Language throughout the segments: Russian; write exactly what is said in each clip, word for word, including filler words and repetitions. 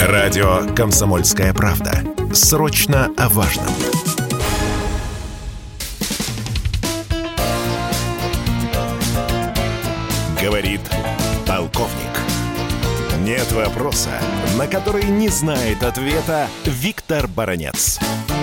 Радио «Комсомольская правда». Срочно о важном. Говорит полковник. Нет вопроса, на который не знает ответа Виктор Баранец.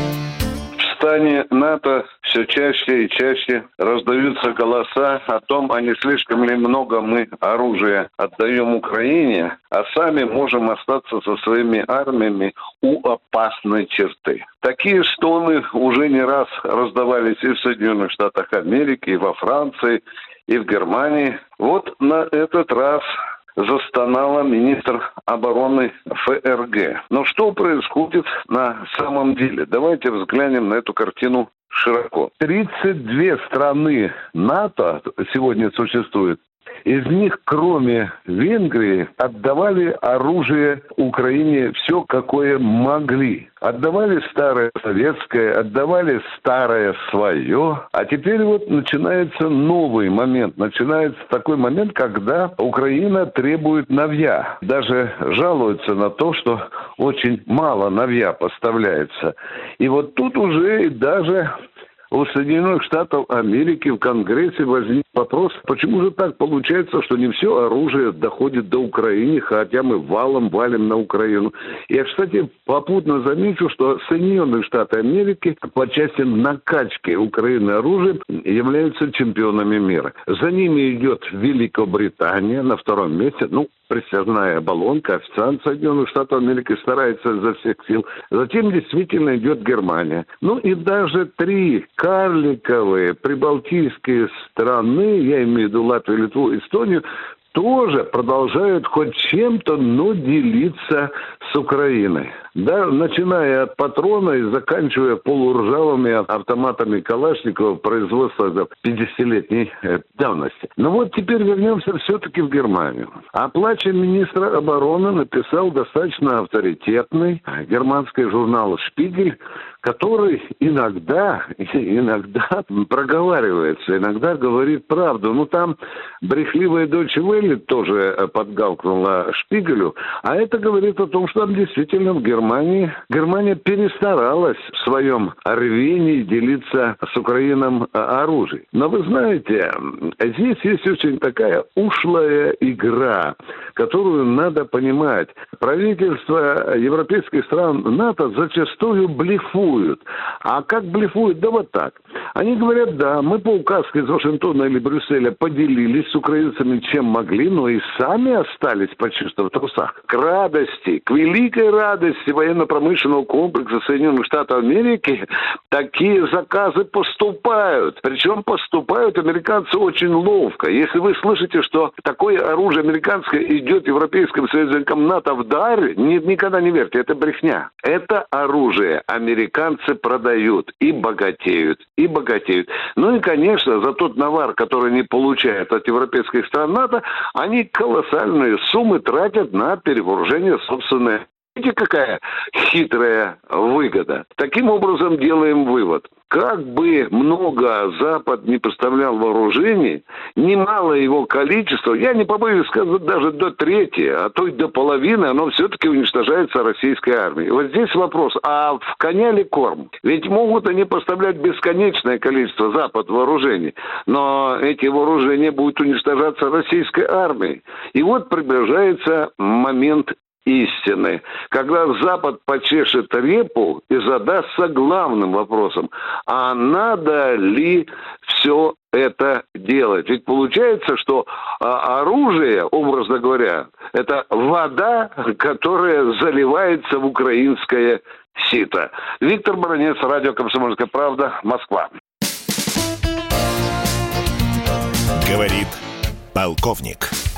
В стане НАТО все чаще и чаще раздаются голоса о том, а не слишком ли много мы оружия отдаем Украине, а сами можем остаться со своими армиями у опасной черты. Такие стоны уже не раз раздавались и в Соединенных Штатах Америки, и во Франции, и в Германии. Вот на этот раз застонала министр обороны ФРГ. Но что происходит на самом деле? Давайте взглянем на эту картину широко. тридцать две страны НАТО сегодня существуют. Из них, кроме Венгрии, отдавали оружие Украине все, какое могли. Отдавали старое советское, отдавали старое свое. А теперь вот начинается новый момент. Начинается такой момент, когда Украина требует новья. Даже жалуется на то, что очень мало новья поставляется. И вот тут уже даже у Соединенных Штатов Америки в Конгрессе возник вопрос, почему же так получается, что не все оружие доходит до Украины, хотя мы валом валим на Украину. Я, кстати, попутно замечу, что Соединенные Штаты Америки по части накачки Украины оружием являются чемпионами мира. За ними идет Великобритания на втором месте, ну, присяжная оболонка, официант Соединенных Штатов Америки старается изо всех сил. Затем действительно идет Германия. Ну и даже три карликовые прибалтийские страны, я имею в виду Латвию, Литву, Эстонию, тоже продолжают хоть чем-то, но делиться с Украиной. Да, начиная от патрона и заканчивая полуржавыми автоматами Калашникова производства пятидесятилетней давности. Но вот теперь вернемся все-таки в Германию. О плаче министра обороны написал достаточно авторитетный германский журнал «Шпигель», который иногда, иногда проговаривается, иногда говорит правду. Ну, там брехливая Deutsche Welle тоже подгалкнула Шпигелю, а это говорит о том, что там действительно в Германии Германия перестаралась в своем рвении делиться с Украиной оружием. Но вы знаете, здесь есть очень такая ушлая игра, которую надо понимать. Правительства европейских стран НАТО зачастую блефуют. А как блефуют? Да вот так. Они говорят, да, мы по указке из Вашингтона или Брюсселя поделились с украинцами чем могли, но и сами остались почти что в трусах. К радости, к великой радости военно-промышленного комплекса Соединенных Штатов Америки такие заказы поступают. Причем поступают американцы очень ловко. Если вы слышите, что такое оружие американское идет европейским союзникам НАТО в дар, ни, никогда не верьте, это брехня. Это оружие американцы продают и богатеют, и богатеют. Ну и, конечно, за тот навар, который они получают от европейских стран НАТО, они колоссальные суммы тратят на перевооружение собственной. Видите, какая хитрая выгода. Таким образом, делаем вывод. Как бы много Запад не поставлял вооружений, немало его количество, я не побоюсь сказать, даже до трети, а то и до половины, оно все-таки уничтожается российской армией. Вот здесь вопрос, а в коня ли корм? Ведь могут они поставлять бесконечное количество Запад вооружений, но эти вооружения будут уничтожаться российской армией. И вот приближается момент истины, когда Запад почешет репу и задастся главным вопросом, а надо ли все это делать? Ведь получается, что а, оружие, образно говоря, это вода, которая заливается в украинское сито. Виктор Баранец, радио «Комсомольская правда», Москва. Говорит полковник.